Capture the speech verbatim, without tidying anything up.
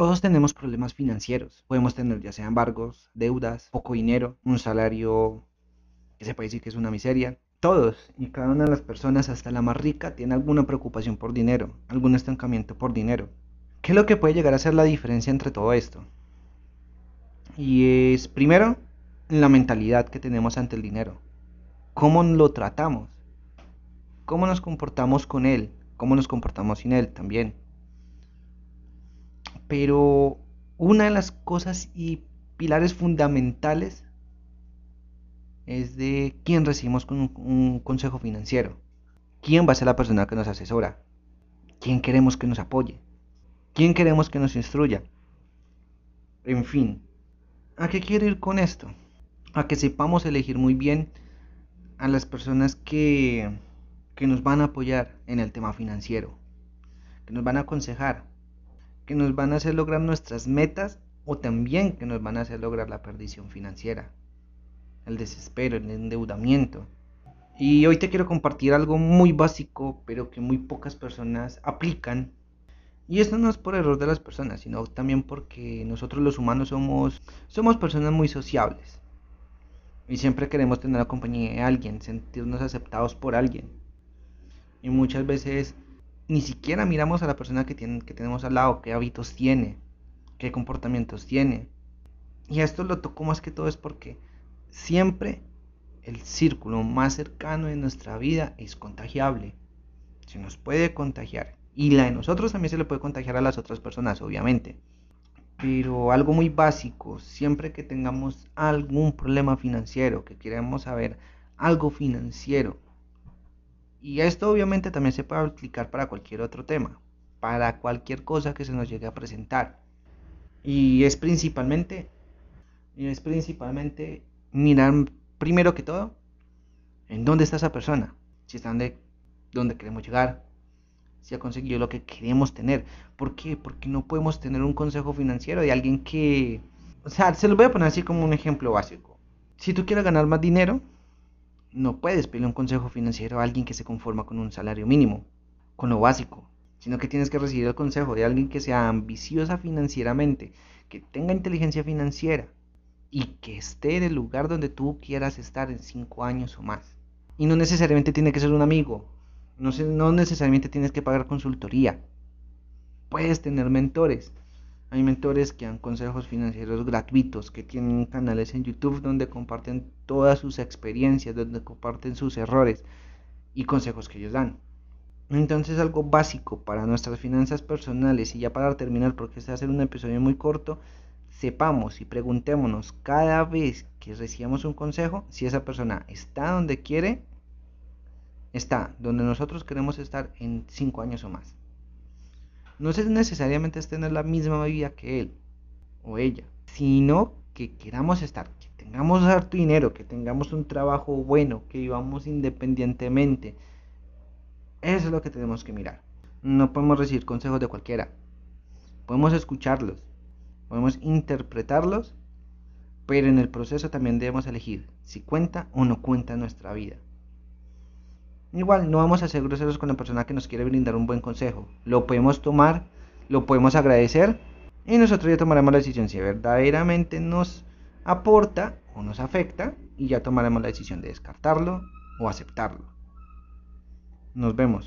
Todos tenemos problemas financieros. Podemos tener ya sea embargos, deudas, poco dinero, un salario que se puede decir que es una miseria. Todos y cada una de las personas, hasta la más rica, tiene alguna preocupación por dinero, algún estancamiento por dinero. ¿Qué es lo que puede llegar a ser la diferencia entre todo esto? Y es, primero, la mentalidad que tenemos ante el dinero. ¿Cómo lo tratamos? ¿Cómo nos comportamos con él? ¿Cómo nos comportamos sin él también? Pero una de las cosas y pilares fundamentales es de quién recibimos con un, un consejo financiero. ¿Quién va a ser la persona que nos asesora? ¿Quién queremos que nos apoye? ¿Quién queremos que nos instruya? En fin, ¿a qué quiero ir con esto? A que sepamos elegir muy bien a las personas que, que nos van a apoyar en el tema financiero, que nos van a aconsejar, que nos van a hacer lograr nuestras metas o también que nos van a hacer lograr la perdición financiera, el desespero, el endeudamiento. Y hoy te quiero compartir algo muy básico, pero que muy pocas personas aplican. Y esto no es por error de las personas, sino también porque nosotros los humanos somos, somos personas muy sociables. Y siempre queremos tener la compañía de alguien, sentirnos aceptados por alguien. Y muchas veces ni siquiera miramos a la persona que, tiene, que tenemos al lado, qué hábitos tiene, qué comportamientos tiene. Y esto lo toco más que todo es porque siempre el círculo más cercano de nuestra vida es contagiable. Se nos puede contagiar. Y la de nosotros también se le puede contagiar a las otras personas, obviamente. Pero algo muy básico, siempre que tengamos algún problema financiero, que queremos saber algo financiero, y esto obviamente también se puede aplicar para cualquier otro tema, para cualquier cosa que se nos llegue a presentar. Y es principalmente, y es principalmente mirar primero que todo en dónde está esa persona, si está donde, donde queremos llegar, si ha conseguido lo que queremos tener. ¿Por qué? Porque no podemos tener un consejo financiero de alguien que... O sea, se lo voy a poner así como un ejemplo básico. Si tú quieres ganar más dinero, no puedes pedirle un consejo financiero a alguien que se conforma con un salario mínimo, con lo básico, sino que tienes que recibir el consejo de alguien que sea ambiciosa financieramente, que tenga inteligencia financiera y que esté en el lugar donde tú quieras estar en cinco años o más. Y no necesariamente tiene que ser un amigo, no, se, no necesariamente tienes que pagar consultoría, puedes tener mentores. Hay mentores que dan consejos financieros gratuitos, que tienen canales en YouTube donde comparten todas sus experiencias, donde comparten sus errores y consejos que ellos dan. Entonces, algo básico para nuestras finanzas personales, y ya para terminar, porque este va a ser un episodio muy corto, sepamos y preguntémonos cada vez que recibamos un consejo si esa persona está donde quiere, está donde nosotros queremos estar en cinco años o más. No es necesariamente es tener la misma vida que él o ella, sino que queramos estar, que tengamos harto dinero, que tengamos un trabajo bueno, que vivamos independientemente. Eso es lo que tenemos que mirar. No podemos recibir consejos de cualquiera. Podemos escucharlos, podemos interpretarlos, pero en el proceso también debemos elegir si cuenta o no cuenta en nuestra vida. Igual, no vamos a ser groseros con la persona que nos quiere brindar un buen consejo. Lo podemos tomar, lo podemos agradecer y nosotros ya tomaremos la decisión si verdaderamente nos aporta o nos afecta y ya tomaremos la decisión de descartarlo o aceptarlo. Nos vemos.